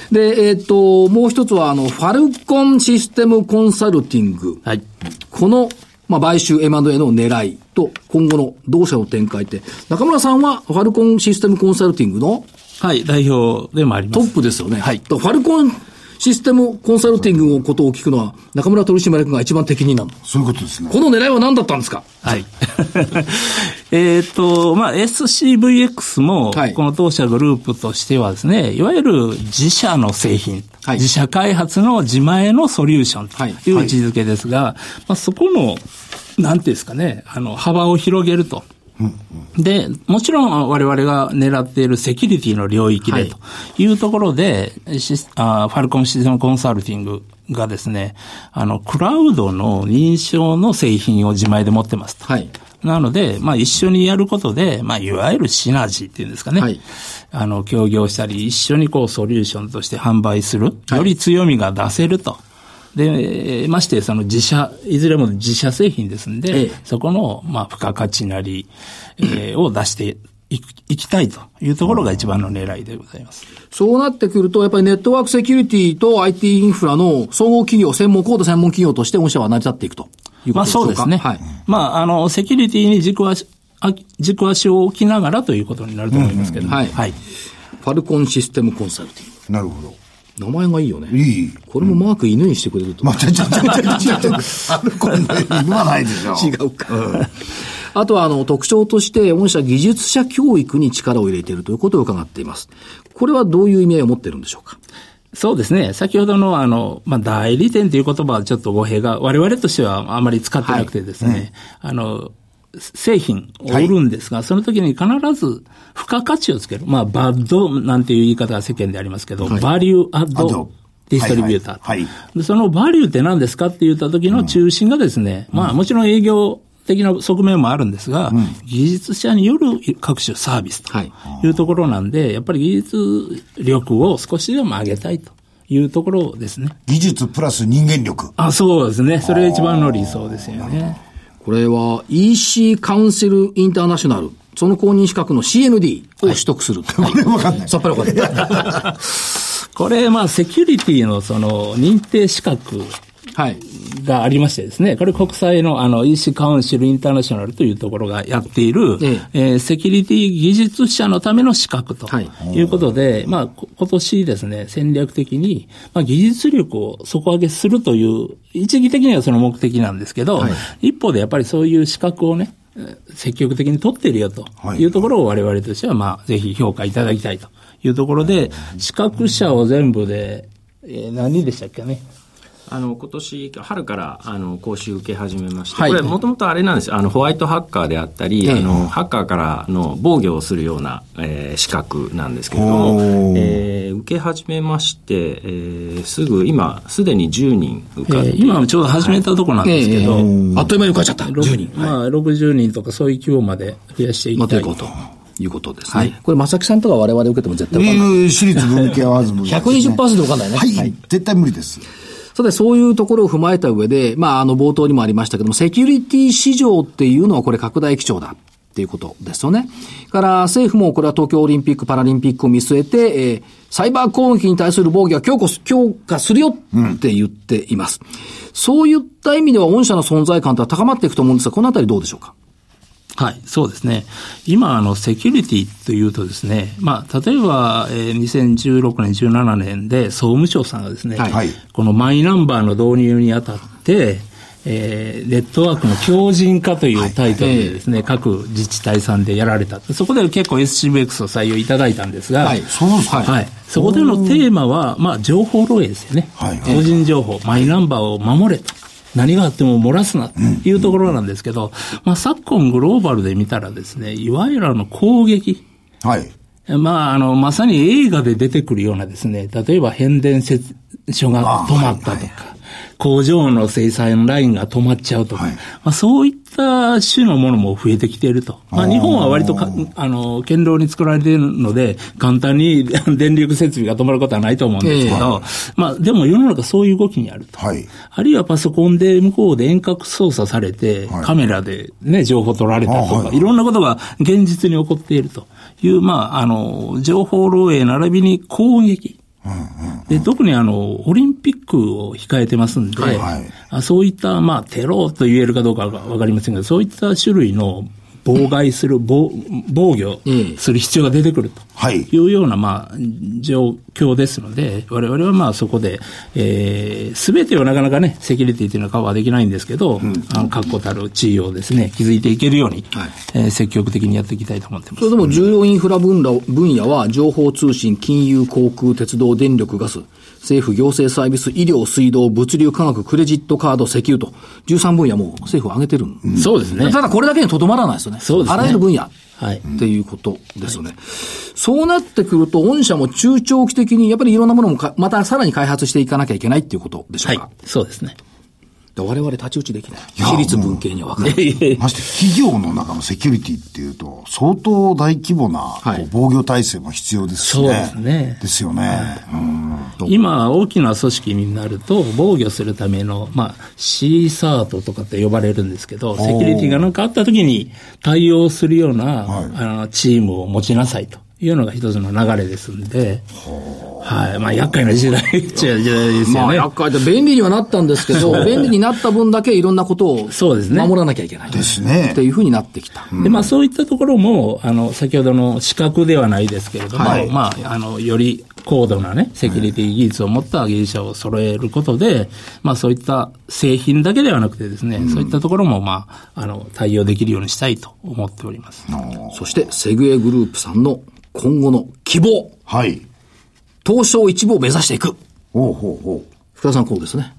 Speaker 1: で、えっと、もう一つは、あの、ファルコンシステムコンサルティング。はい。この、まあ、買収 エムアンドエー の狙いと、今後の同社の展開って、中村さんはファルコンシステムコンサルティングの
Speaker 5: はい、代表でもあります。
Speaker 1: トップですよね。はい。ファルコンシステムコンサルティングのことを聞くのは、中村取締役が一番適任なの。
Speaker 3: そういうことですね。
Speaker 1: この狙いは何だったんですか？
Speaker 5: はい。えっと、まあ、エスシーブイエックス も、この当社グループとしてはですね、いわゆる自社の製品、はい、自社開発の自前のソリューションという位置づけですが、はいはい、まあ、そこの、なんていうんですかね、あの、幅を広げると。で、もちろん我々が狙っているセキュリティの領域でというところで、はい、あファルコンシステムコンサルティングがですね、あの、クラウドの認証の製品を自前で持ってますと。はい、なので、まあ一緒にやることで、まあいわゆるシナジーっていうんですかね。はい、あの、協業したり、一緒にこうソリューションとして販売する。より強みが出せると。で、まして、その自社、いずれも自社製品ですんで、ええ、そこの、まあ、付加価値なり、えー、を出していく、いきたいというところが一番の狙いでございます。
Speaker 1: そうなってくると、やっぱりネットワークセキュリティと アイティー インフラの総合企業、専門、コード専門企業として御社は成り立っていくということでしょうか。
Speaker 5: まあそうですね。はい。まあ、あの、セキュリティに軸足、軸足を置きながらということになると思いますけど、うんうん、はい。はい。
Speaker 1: ファルコンシステムコンサルティング。
Speaker 3: なるほど。
Speaker 1: 名前がいいよね。
Speaker 3: いい。
Speaker 1: これもマーク犬にしてくれると。
Speaker 3: まあ、ちょちょちょちょちょちょ。ファルコンの犬はないでしょ。
Speaker 1: 違うか。うん、あとは、あの、特徴として、御社技術者教育に力を入れているということを伺っています。これはどういう意味合いを持っているんでしょうか？
Speaker 5: そうですね。先ほどの、あの、まあ、代理店という言葉はちょっと語弊が、我々としてはあまり使ってなくてですね、はい、うん、あの、 製品を売るんですが、はい、その時に必ず付加価値をつける。まあ、バッドなんていう言い方が世間でありますけど、はい、バリューアッドディストリビューター、はいはいはい、で。そのバリューって何ですかって言った時の中心がですね、うん、まあもちろん営業的な側面もあるんですが、うん、技術者による各種サービスというところなんで、はい、やっぱり技術力を少しでも上げたいというところですね。
Speaker 3: 技術プラス人間力。
Speaker 5: あ、そうですね。それが一番の理想ですよね。
Speaker 1: これは イーシー カウンセルインターナショナル、その公認資格の シーエヌディー を取得する。
Speaker 3: はい、これわかんない。
Speaker 1: さっぱりわかんない。
Speaker 5: これ、まあ、セキュリティのその認定資格がありましてですね、これ国際のあの イーシー カウンセルインターナショナルというところがやっている、えええー、セキュリティ技術者のための資格ということで、はい、まあ、今年ですね、戦略的に、まあ、技術力を底上げするという、一義的にはその目的なんですけど、はい、一方でやっぱりそういう資格をね、積極的に取っているよというところを我々としては、まあ、ぜひ評価いただきたいというところで、資格者を全部で、えー、何人でしたっけね。
Speaker 4: あの、今年、春から、あの、講習受け始めまして、はい、これ、もともとあれなんですよ。あの、ホワイトハッカーであったり、えー、あの、ハッカーからの防御をするような、えー、資格なんですけれども、えー、受け始めまして、えー、すぐ、今、すでにじゅうにん受かって、えー、
Speaker 5: 今、ちょうど始めたところなんですけど、はい、え
Speaker 1: ー、あっという間に受かっちゃった。じゅうにん。
Speaker 5: まあ、ろくじゅうにんとかそういう規模まで増やしていきたい。
Speaker 1: まあ、ということ。いうことですね。はい、これ、正木さんとか我々受けても絶対分かんない。
Speaker 3: えー、私立文系はず無理。
Speaker 1: ひゃくにじゅっパーセント 分かんないね。
Speaker 3: はい。はい、絶対無理です。
Speaker 1: さて、そういうところを踏まえた上で、まあ、あの、冒頭にもありましたけども、セキュリティ市場っていうのはこれ拡大基調だっていうことですよね。から政府もこれは東京オリンピック・パラリンピックを見据えて、えー、サイバー攻撃に対する防御は強化、強化するよって言っています。うん、そういった意味では御社の存在感とは高まっていくと思うんですが、このあたりどうでしょうか。
Speaker 5: はい、そうですね。今、あの、セキュリティというとですね、まあ、例えば、えー、にせんじゅうろくねん、じゅうななねんで、総務省さんがですね、はい、このマイナンバーの導入にあたって、えー、ネットワークの強靭化というタイトルでですね、はい、各自治体さんでやられた。そこで結構 エスシーブイエックス を採用いただいたんですが、はい、
Speaker 3: そうですか。
Speaker 5: はい。そこでのテーマは、まあ、情報漏洩ですよね。はい、個人情報、マイナンバーを守れと。何があっても漏らすなというところなんですけど、うん、まあ、昨今グローバルで見たらですね、いわゆるあの攻撃。はい。まあ、あの、まさに映画で出てくるようなですね、例えば変電所が止まったとか、はいはい、工場の生産ラインが止まっちゃうとか、はい、まあ、そういった種のものも増えてきていると。まあ、日本は割とか、あの、堅牢に作られているので、簡単に電力設備が止まることはないと思うんですけど、えー、まあ、でも世の中そういう動きにあると。はい、あるいはパソコンで向こうで遠隔操作されて、はい、カメラでね、情報取られたりとか、はい、いろんなことが現実に起こっているという、まあ、あの、情報漏洩並びに攻撃。うんうんうん、で特にあの、オリンピックを控えてますんで、はいはい、あそういった、まあ、テロと言えるかどうかわかりませんが、そういった種類の妨害する、防、防御する必要が出てくるというような、まあ、状況ですので、我々はまあそこで、えー、すべてをなかなかね、セキュリティというのはカバーできないんですけど、うん、あの確固たる地位をですね、築いていけるように、はい、えー、積極的にやっていきたいと思っています。
Speaker 1: それでも重要インフラ分野、分野は、情報通信、金融、航空、鉄道、電力、ガス、政府、行政サービス、医療、水道、物流、科学、クレジットカード、石油と、じゅうさんぶん野も政府は挙げてるん、
Speaker 5: うん、そうですね。
Speaker 1: ただこれだけにとどまらないですよね。
Speaker 5: そうですね。
Speaker 1: あらゆる分野。はい。っていうことですよね。はい、そうなってくると、御社も中長期的に、やっぱりいろんなものもか、またさらに開発していかなきゃいけないっていうことでしょうか。
Speaker 5: はい。そうですね。
Speaker 1: 我々太刀打ちできない。私立文系には分かる。
Speaker 3: まして企業の中のセキュリティっていうと、相当大規模な、はい、防御体制も必要ですしね。そうですね。ですよね。
Speaker 5: うん、今、大きな組織になると、防御するための、まあ、シーサートとかって呼ばれるんですけど、セキュリティが何かあったときに対応するような、はい、あのチームを持ちなさいというのが一つの流れですんで、はい。まあ、厄介な時代、時代ですよね。
Speaker 1: まあ、厄介で便利にはなったんですけど、便利になった分だけいろんなことを守らなきゃいけない。
Speaker 3: ですね。
Speaker 1: っていうふうになってきた。
Speaker 5: で、まあ、そういったところも、あの、先ほどの資格ではないですけれども、はい、まあ、あの、より高度なね、セキュリティ技術を持った技術者を揃えることで、まあ、そういった製品だけではなくてですね、うん、そういったところも、まあ、あの、対応できるようにしたいと思っております。
Speaker 1: そして、セグエグループさんの今後の希望。
Speaker 3: はい。
Speaker 1: 東証一部を目指していく。
Speaker 3: ほうほうほう。
Speaker 1: 福田さんこうですね。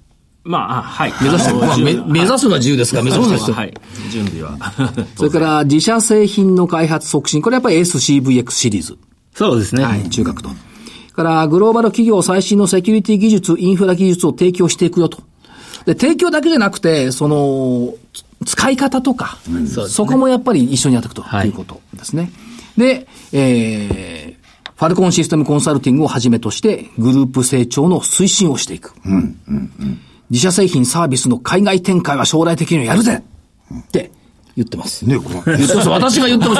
Speaker 4: まあ、はい。
Speaker 1: 目指して、まあ、目, 目指すのは自由ですから、目指すのは、
Speaker 4: はい。準備は。
Speaker 1: それから、自社製品の開発促進。これやっぱり エスシーブイエックス シリーズ。
Speaker 5: そうですね。
Speaker 1: はい、中核と。から、グローバル企業最新のセキュリティ技術、インフラ技術を提供していくよと。で、提供だけじゃなくて、その、使い方とか、うん、そ, ね、そこもやっぱり一緒にやっていくということですね。はい、で、えー、ファルコンシステムコンサルティングをはじめとして、グループ成長の推進をしていく。うんうんうん、自社製品サービスの海外展開は将来的にはやるぜ、うん、って言ってます。
Speaker 3: ね、これ。言ってます。
Speaker 1: 私が言ってます。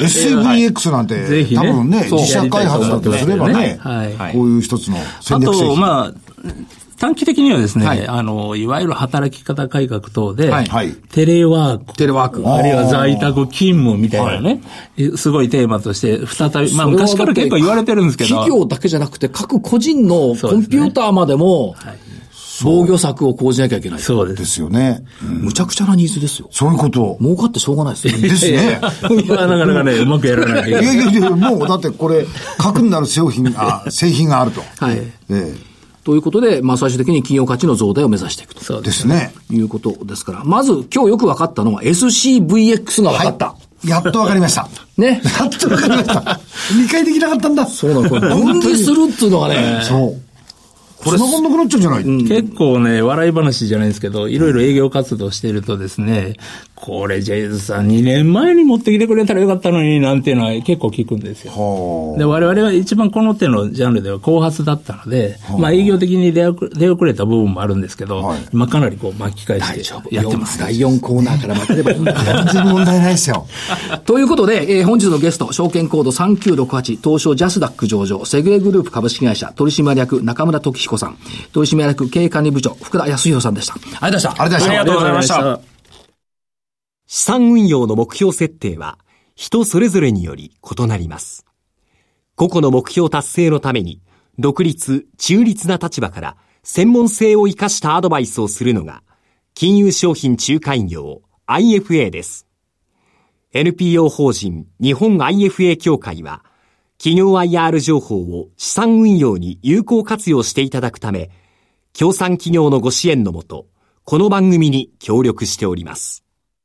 Speaker 3: エスシーブイエックス なんて、ぜひね、多分ね、自社開発だとすればね、はい、こういう一つの戦略製品。
Speaker 5: あと、まあ、短期的にはですね、はい、あの、いわゆる働き方改革等で、はい、テレワーク。
Speaker 1: テレワーク。
Speaker 5: あるいは在宅勤務みたいなね、はい、すごいテーマとして、再び、まあ昔から結構言われてるんですけど。
Speaker 1: 企業だけじゃなくて、各個人のコンピューターまでも、はい、防御策を講じなきゃいけない。
Speaker 5: そうです。
Speaker 3: ですよね。
Speaker 1: うん、むちゃくちゃなニーズですよ。
Speaker 3: そういうこと。
Speaker 1: 儲かってしょうがないですよね。
Speaker 3: ですね。
Speaker 5: まあなかなかね、うまくやらないといけない。
Speaker 3: いやいやいや、もうだってこれ、核になる商品、あ、製品があると。はい。え
Speaker 1: えということで、まあ最終的に企業価値の増大を目指していくと。
Speaker 3: そうですね。
Speaker 1: いうことですから。まず今日よく分かったのは エスシーブイエックス が分かった。は
Speaker 3: い、やっと分かりました。
Speaker 1: ね。
Speaker 3: やっと分かりました。理解できなかったんだ。
Speaker 1: そうなの。これ分離するっていうのがね。
Speaker 3: そう。これ繋がんなくなっちゃうんじゃない、うん、
Speaker 5: 結構ね、笑い話じゃないですけど、いろいろ営業活動しているとですね、これジェイズさんにねんまえに持ってきてくれたらよかったのになんていうのは結構聞くんですよ。で、我々は一番この手のジャンルでは後発だったので、まあ営業的に出遅れた部分もあるんですけど、はい、今かなりこう巻き返してやってます。
Speaker 1: だいよんコーナーから待てればいいんだから。
Speaker 3: 全然問題ないですよ。
Speaker 1: ということで、えー、本日のゲスト、証券コードさんきゅうろくはち、東証ジャスダック上場、セグエグループ株式会社、取締役中村時彦さん、取締役経営管理部長、福田康弘さんでした。ありがとうございました。
Speaker 3: ありがとうございました。
Speaker 6: 資産運用の目標設定は人それぞれにより異なります。個々の目標達成のために独立、中立な立場から専門性を生かしたアドバイスをするのが金融商品仲介業 アイエフエー です。エヌピーオー 法人日本 アイエフエー 協会は企業 アイアール 情報を資産運用に有効活用していただくため、協賛企業のご支援のもと、この番組に協力しております。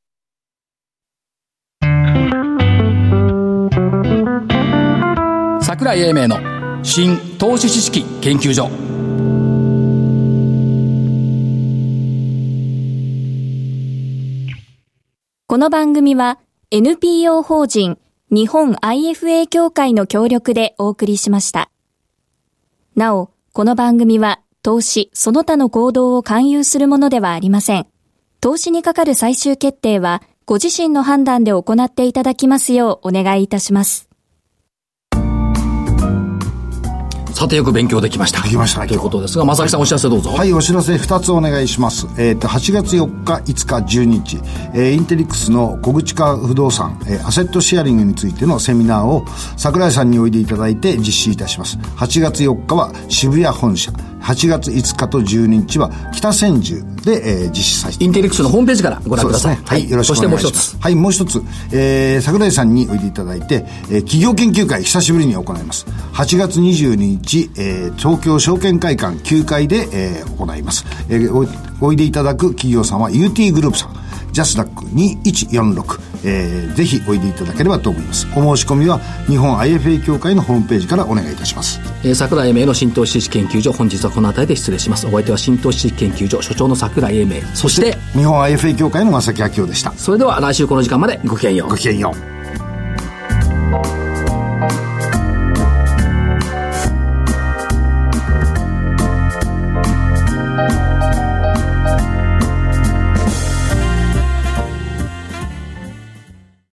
Speaker 1: 櫻井英明の新投資知識研究所。
Speaker 2: この番組は エヌピーオー 法人日本 アイエフエー 協会の協力でお送りしました。なお、この番組は投資その他の行動を勧誘するものではありません。投資にかかる最終決定はご自身の判断で行っていただきますようお願いいたします。
Speaker 1: さてよく勉強できました。
Speaker 3: できましたね。
Speaker 1: ということですが、正木さんお知らせどうぞ。
Speaker 3: はい、お知らせふたつお願いします。えっと、はちがつよっか、いつか、じゅうににち、えー、インテリックスの小口化不動産、えー、アセットシェアリングについてのセミナーを櫻井さんにおいでいただいて実施いたします。はちがつよっかは渋谷本社、はちがついつかとじゅうににちは北千住で、えー、実施させていただきます。
Speaker 1: インテリックスのホームページからご覧ください。
Speaker 3: そうですね。はい、よろしくお願いします。そしてもう一つ。はい、もう一つ、えー、櫻井さんにおいでいただいて、えー、企業研究会久しぶりに行います。はちがつにじゅうににち、えー、東京証券会館きゅうかいで、えー、行います。えー、お, おいでいただく企業さんは ユーティー グループさん、ジャスダックにいちよんろく、えー、ぜひおいでいただければと思います。お申し込みは日本 アイエフエー 協会のホームページからお願いいたします。
Speaker 1: えー、櫻井英明の新投資知識研究所、本日はこの辺りで失礼します。お相手は新投資知識研究所所長の櫻井英明、そして
Speaker 3: 日本 アイエフエー 協会の正木明夫でした。
Speaker 1: それでは来週この時間までごきげんよう。
Speaker 3: ごきげんよう。